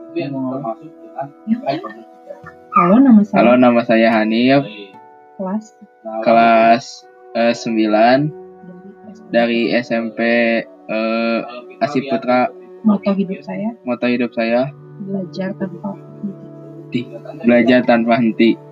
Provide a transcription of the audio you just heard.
Halo, nama saya Hanif, kelas 9 dari SMP Asih Putra. Moto hidup saya belajar tanpa henti.